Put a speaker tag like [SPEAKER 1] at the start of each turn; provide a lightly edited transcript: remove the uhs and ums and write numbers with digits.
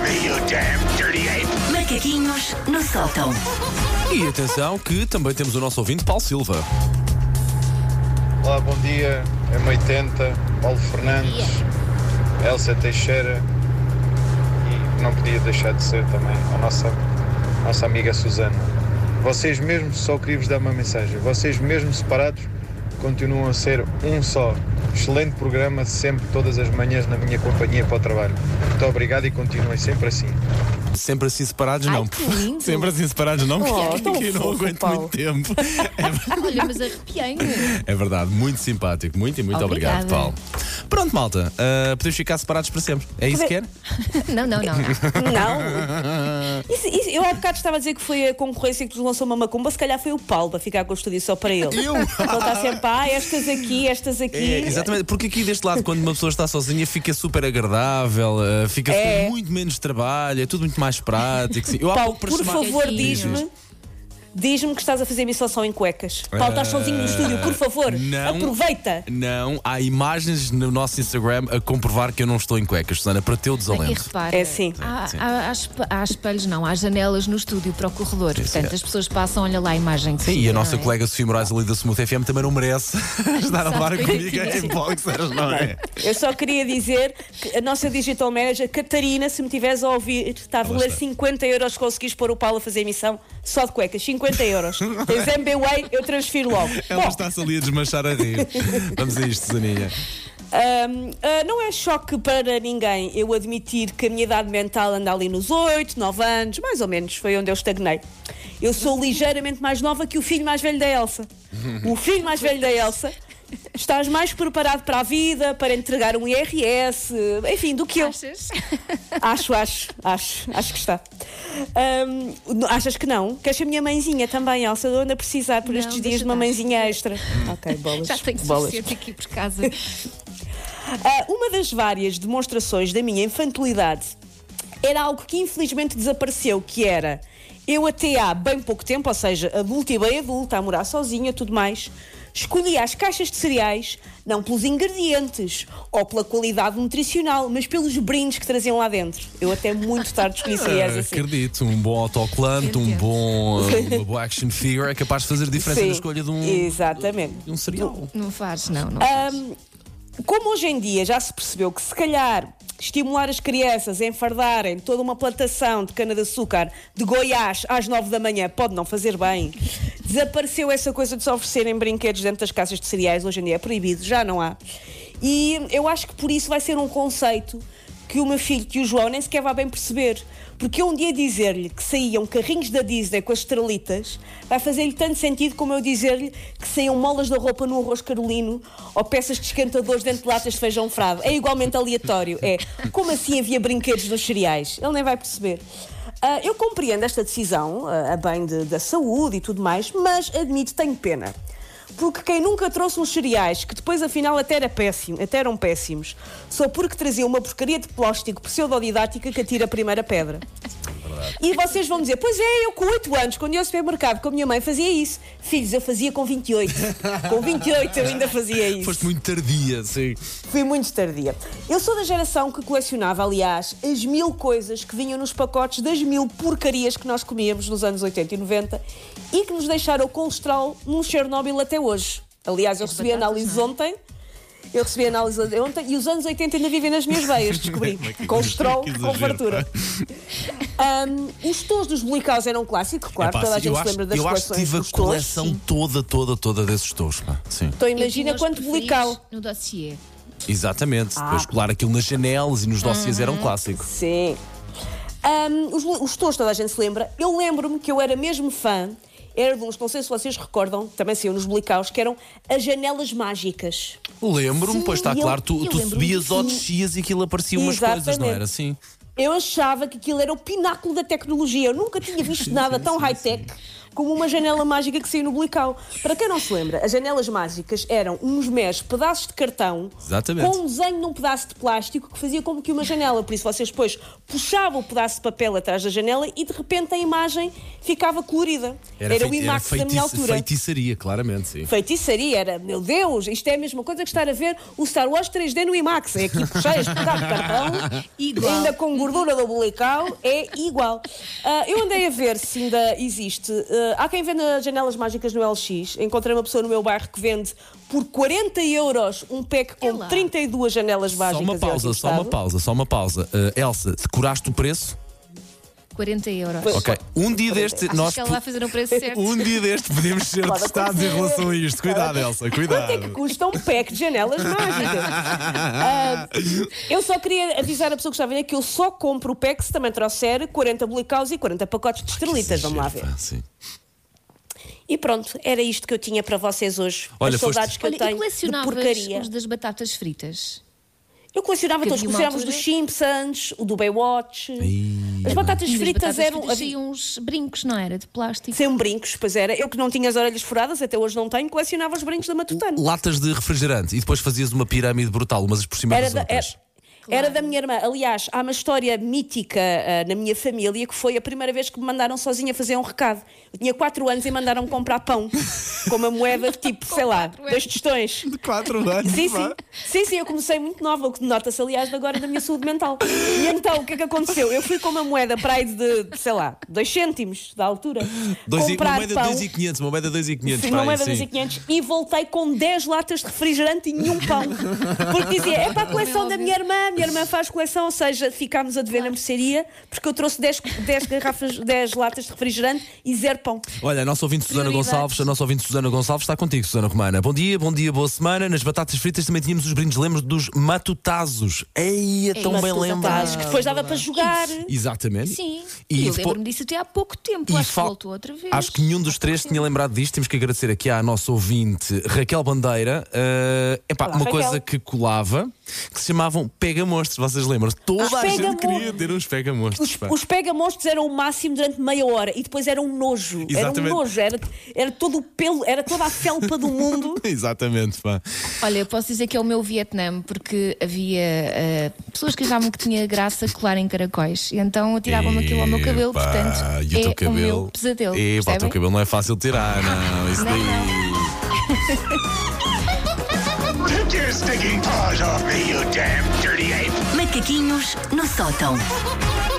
[SPEAKER 1] me, you damn dirty ape!
[SPEAKER 2] Macaquinhos no sótão.
[SPEAKER 3] E atenção que também temos o nosso ouvinte, Paulo Silva.
[SPEAKER 4] Olá, bom dia. M80, Paulo Fernandes, Elsa Teixeira e não podia deixar de ser também a nossa amiga Susana. Vocês mesmos, só queria vos dar uma mensagem, vocês mesmos separados continuam a ser um só. Excelente programa, sempre, todas as manhãs na minha companhia para o trabalho. Muito obrigado e continuem sempre assim.
[SPEAKER 3] Sempre assim separados, não.
[SPEAKER 5] que lindo.
[SPEAKER 3] Sempre assim separados, não, porque
[SPEAKER 5] tão
[SPEAKER 3] eu não
[SPEAKER 5] fofo,
[SPEAKER 3] aguento
[SPEAKER 5] Paulo.
[SPEAKER 3] muito tempo.
[SPEAKER 5] Olha, mas arrepiei-me.
[SPEAKER 3] É verdade, muito simpático. Muito obrigado,
[SPEAKER 5] Obrigada.
[SPEAKER 3] Paulo. Pronto, malta, podemos ficar separados para sempre. É isso que quer?
[SPEAKER 5] Não.
[SPEAKER 6] Não. Eu há bocado estava a dizer que foi a concorrência que nos lançou uma macumba. Se calhar foi o Paulo para ficar com o estúdio só para ele.
[SPEAKER 3] Eu?
[SPEAKER 6] Ele está sempre, estas aqui.
[SPEAKER 3] É, exatamente, porque aqui deste lado, quando uma pessoa está sozinha, fica super agradável, fica com muito menos trabalho, é tudo muito mais prático. Sim. Eu há
[SPEAKER 6] Paulo,
[SPEAKER 3] pouco para
[SPEAKER 6] por
[SPEAKER 3] chamar-
[SPEAKER 6] favor,
[SPEAKER 5] Diz-me.
[SPEAKER 6] diz-me que estás a fazer emissão só em cuecas. Paulo, estás sozinho no estúdio, por favor.
[SPEAKER 3] não.
[SPEAKER 6] Aproveita.
[SPEAKER 3] Não, há imagens no nosso Instagram a comprovar que eu não estou em cuecas, Susana, para teu
[SPEAKER 5] E
[SPEAKER 3] desalento.
[SPEAKER 5] repara,
[SPEAKER 6] É assim.
[SPEAKER 5] há espelhos, não, há janelas no estúdio para o corredor. Portanto, as pessoas passam, olha lá a imagem.
[SPEAKER 3] Sim, e a nossa colega Sofia Moraes ali da Smooth FM também não merece estar a levar comigo em boxers, não é?
[SPEAKER 6] Eu só queria dizer que a nossa digital manager, Catarina, se me estiveres a ouvir, está a valer 50 euros se conseguires pôr o Paulo a fazer emissão só de cuecas. 50 euros. Tens MBWay, eu transfiro logo.
[SPEAKER 3] Ela
[SPEAKER 6] Bom,
[SPEAKER 3] está-se ali a desmanchar a rir. Vamos a isto, Susaninha.
[SPEAKER 6] não é choque para ninguém eu admitir que a minha idade mental anda ali nos 8, 9 anos, mais ou menos, foi onde eu estagnei. Eu sou ligeiramente mais nova que o filho mais velho da Elsa. O filho mais velho da Elsa. Estás mais preparado para a vida, para entregar um IRS, enfim, do que eu.
[SPEAKER 5] Achas?
[SPEAKER 6] Acho que está. Achas que não? Queres a minha mãezinha também, Elsa? Eu ando a precisar por
[SPEAKER 5] Não,
[SPEAKER 6] estes
[SPEAKER 5] deixa
[SPEAKER 6] dias de uma
[SPEAKER 5] estar.
[SPEAKER 6] mãezinha extra. Ok, bolas.
[SPEAKER 5] Já tenho
[SPEAKER 6] bolas.
[SPEAKER 5] suficiente aqui por casa.
[SPEAKER 6] Uma das várias demonstrações da minha infantilidade era algo que infelizmente desapareceu, que era eu até há bem pouco tempo, ou seja, adulta e bem adulta, a morar sozinha, tudo mais, escolhia as caixas de cereais não pelos ingredientes ou pela qualidade nutricional, mas pelos brindes que traziam lá dentro. Eu até muito tarde escolhi cereais assim.
[SPEAKER 3] Acredito, um bom autocolante, uma boa action figure é capaz de fazer diferença
[SPEAKER 6] Sim,
[SPEAKER 3] na escolha de
[SPEAKER 6] exatamente.
[SPEAKER 3] um cereal.
[SPEAKER 5] Não faz, não faz.
[SPEAKER 6] Como hoje em dia já se percebeu que se calhar estimular as crianças a enfardarem toda uma plantação de cana-de-açúcar de Goiás às 9 da manhã pode não fazer bem, desapareceu essa coisa de se oferecerem brinquedos dentro das caixas de cereais, hoje em dia é proibido, já não há. E eu acho que por isso vai ser um conceito que o meu filho, que o João, nem sequer vai bem perceber. Porque eu um dia dizer-lhe que saíam carrinhos da Disney com as estrelitas vai fazer-lhe tanto sentido como eu dizer-lhe que saíam molas da roupa no arroz carolino ou peças de esquentadores dentro de latas de feijão frado. É igualmente aleatório. É como assim havia brinquedos nos cereais? Ele nem vai perceber. Eu compreendo esta decisão, a bem da saúde e tudo mais, mas admito, tenho pena. Porque quem nunca trouxe uns cereais, que depois afinal até eram péssimos, só porque trazia uma porcaria de plástico pseudodidática que atira a primeira pedra. E vocês vão dizer, pois é, eu com 8 anos, quando ia ao supermercado com a minha mãe, fazia isso. Filhos, eu fazia com 28. Com 28 eu ainda fazia isso.
[SPEAKER 3] Foste muito tardia, sim.
[SPEAKER 6] Fui muito tardia. Eu sou da geração que colecionava, aliás, as 1000 coisas que vinham nos pacotes das 1000 porcarias que nós comíamos nos anos 80 e 90 e que nos deixaram o colesterol num Chernobyl até hoje. Aliás, eu recebi análises ontem. E os anos 80 ainda vivem nas minhas veias, descobri. Colesterol com fartura. Os tos dos Blicaus eram um clássico, claro,
[SPEAKER 3] Epá,
[SPEAKER 6] toda a
[SPEAKER 3] sim,
[SPEAKER 6] gente se lembra das
[SPEAKER 3] eu acho que
[SPEAKER 6] coleções
[SPEAKER 3] tive a
[SPEAKER 6] dos tos.
[SPEAKER 3] coleção toda desses tos. Pá. Sim.
[SPEAKER 6] Então
[SPEAKER 5] Eu
[SPEAKER 6] imagina
[SPEAKER 5] tinha os
[SPEAKER 6] quanto
[SPEAKER 5] preferidos
[SPEAKER 6] Blical.
[SPEAKER 5] no dossiê.
[SPEAKER 3] Exatamente. Depois colar aquilo nas janelas e nos dossiês era um clássico.
[SPEAKER 6] Sim. Os tos, toda a gente se lembra. Eu lembro-me que eu era mesmo fã. Era de uns, não sei se vocês recordam, também saiu nos Blicaus, que eram as janelas mágicas.
[SPEAKER 3] Lembro-me,
[SPEAKER 6] Sim,
[SPEAKER 3] pois está
[SPEAKER 6] eu-
[SPEAKER 3] claro, tu
[SPEAKER 6] eu lembro-me
[SPEAKER 3] subias ou
[SPEAKER 6] sim.
[SPEAKER 3] descias e aquilo aparecia umas
[SPEAKER 6] Exatamente.
[SPEAKER 3] coisas, não era assim?
[SPEAKER 6] Eu achava que aquilo era o pináculo da tecnologia. Eu nunca tinha visto nada tão high-tech como uma janela mágica que saiu no Blical. Para quem não se lembra, as janelas mágicas eram uns meros pedaços de cartão
[SPEAKER 3] Exatamente.
[SPEAKER 6] com um desenho num pedaço de plástico que fazia como que uma janela. Por isso vocês depois puxavam o pedaço de papel atrás da janela e de repente a imagem ficava colorida. Era o IMAX da minha altura.
[SPEAKER 3] Feitiçaria, claramente, sim.
[SPEAKER 6] Feitiçaria, era, meu Deus, isto é a mesma coisa que estar a ver o Star Wars 3D no IMAX. É aqui puxar este pedaço de cartão,
[SPEAKER 5] Igual.
[SPEAKER 6] ainda com gordura do umbilical, é igual. Eu andei a ver se ainda existe. Há quem venda janelas mágicas no LX. Encontrei uma pessoa no meu bairro que vende por 40 euros um pack com
[SPEAKER 5] lá.
[SPEAKER 6] 32 janelas mágicas.
[SPEAKER 3] Só uma pausa. Elsa, decoraste o preço?
[SPEAKER 5] 40 euros.
[SPEAKER 3] Ok. Um dia deste,
[SPEAKER 5] Achas
[SPEAKER 3] nós.
[SPEAKER 5] que ela vai fazer o preço certo?
[SPEAKER 3] Um dia deste podemos ser
[SPEAKER 6] Pode
[SPEAKER 3] testados em
[SPEAKER 6] acontecer.
[SPEAKER 3] relação a isto. Cuidado, Elsa,
[SPEAKER 6] Quanto é que
[SPEAKER 3] cuidado.
[SPEAKER 6] custa um pack de janelas mágicas? Eu só queria avisar a pessoa que está a ver que eu só compro o pack se também trouxer 40 blicaus e 40 pacotes de estrelitas. Vamos lá ver.
[SPEAKER 3] Sim.
[SPEAKER 6] E pronto, era isto que eu tinha para vocês hoje.
[SPEAKER 3] Olha,
[SPEAKER 6] As saudades que eu
[SPEAKER 5] Olha, e
[SPEAKER 6] tenho de
[SPEAKER 5] colecionavas
[SPEAKER 6] porcaria.
[SPEAKER 5] os das batatas fritas?
[SPEAKER 6] Eu colecionava
[SPEAKER 5] Que
[SPEAKER 6] todos.
[SPEAKER 5] havia uma
[SPEAKER 6] Colecionava os dos Simpsons, o do Baywatch. As batatas
[SPEAKER 5] E das
[SPEAKER 6] fritas
[SPEAKER 5] batatas
[SPEAKER 6] eram...
[SPEAKER 5] fritas saíam uns brincos, não era? De plástico.
[SPEAKER 6] Sem brincos, pois era. Eu que não tinha as orelhas furadas, até hoje não tenho, colecionava os brincos da Matutano.
[SPEAKER 3] Latas de refrigerante e depois fazias uma pirâmide brutal, umas por cima das outras.
[SPEAKER 6] Era da minha irmã. Aliás, há uma história mítica na minha família que foi a primeira vez que me mandaram sozinha fazer um recado. Eu tinha 4 anos e mandaram-me comprar pão com uma moeda tipo, sei lá, 2 tostões.
[SPEAKER 3] De 4 anos.
[SPEAKER 6] Sim, eu comecei muito nova, o que nota-se, aliás, agora da minha saúde mental. E então, o que é que aconteceu? Eu fui com uma moeda para aí de, sei lá, 2 cêntimos da altura.
[SPEAKER 3] Uma
[SPEAKER 6] comprar
[SPEAKER 3] moeda de
[SPEAKER 6] pão.
[SPEAKER 3] 2.500, uma moeda de 2.500.
[SPEAKER 6] Sim, uma moeda de 2.500 e voltei com 10 latas de refrigerante e nenhum pão. Porque dizia, é para a coleção da minha irmã faz coleção, ou seja, ficámos a dever na mercearia porque eu trouxe 10 garrafas, 10 latas de refrigerante e 0 pão.
[SPEAKER 3] Olha, a nossa ouvinte Susana Gonçalves está contigo, Susana Romana. Bom dia, boa semana. Nas batatas fritas também tínhamos os brindes, lembro dos matutazos. Ei, é tão bem
[SPEAKER 6] Matutazos,
[SPEAKER 3] lembrado.
[SPEAKER 6] que depois dava para jogar.
[SPEAKER 3] Exatamente.
[SPEAKER 5] Sim.
[SPEAKER 3] E
[SPEAKER 5] eu
[SPEAKER 3] depois-
[SPEAKER 5] lembro-me disso até há pouco tempo. Acho que voltou outra vez.
[SPEAKER 3] Acho que nenhum dos três tinha lembrado disto. Temos que agradecer aqui à nossa ouvinte Raquel Bandeira.
[SPEAKER 6] Olá,
[SPEAKER 3] Uma
[SPEAKER 6] Raquel.
[SPEAKER 3] coisa que colava, que se chamavam pega-monstros. Vocês lembram-se? Toda a gente
[SPEAKER 6] pega-monstros.
[SPEAKER 3] queria ter uns pega-monstros. pá.
[SPEAKER 6] Os pega-monstros eram o máximo durante meia hora e depois era um nojo.
[SPEAKER 3] Exatamente.
[SPEAKER 6] Era um nojo, era todo o pelo, era toda a felpa do mundo.
[SPEAKER 3] Exatamente, pá.
[SPEAKER 5] Olha, eu posso dizer que é o meu Vietnã, porque havia pessoas que achavam que tinha graça colar em caracóis. E então atiravam-me aquilo ao meu cabelo,
[SPEAKER 3] Epá,
[SPEAKER 5] portanto,
[SPEAKER 3] e o teu
[SPEAKER 5] é
[SPEAKER 3] cabelo?
[SPEAKER 5] o meu pesadelo.
[SPEAKER 3] Epá, o teu
[SPEAKER 5] percebem?
[SPEAKER 3] cabelo não é fácil de tirar, não. Isso
[SPEAKER 5] Não,
[SPEAKER 3] daí.
[SPEAKER 1] Take your stinking paws off me, you damn dirty ape!
[SPEAKER 2] Macaquinhos no sótão.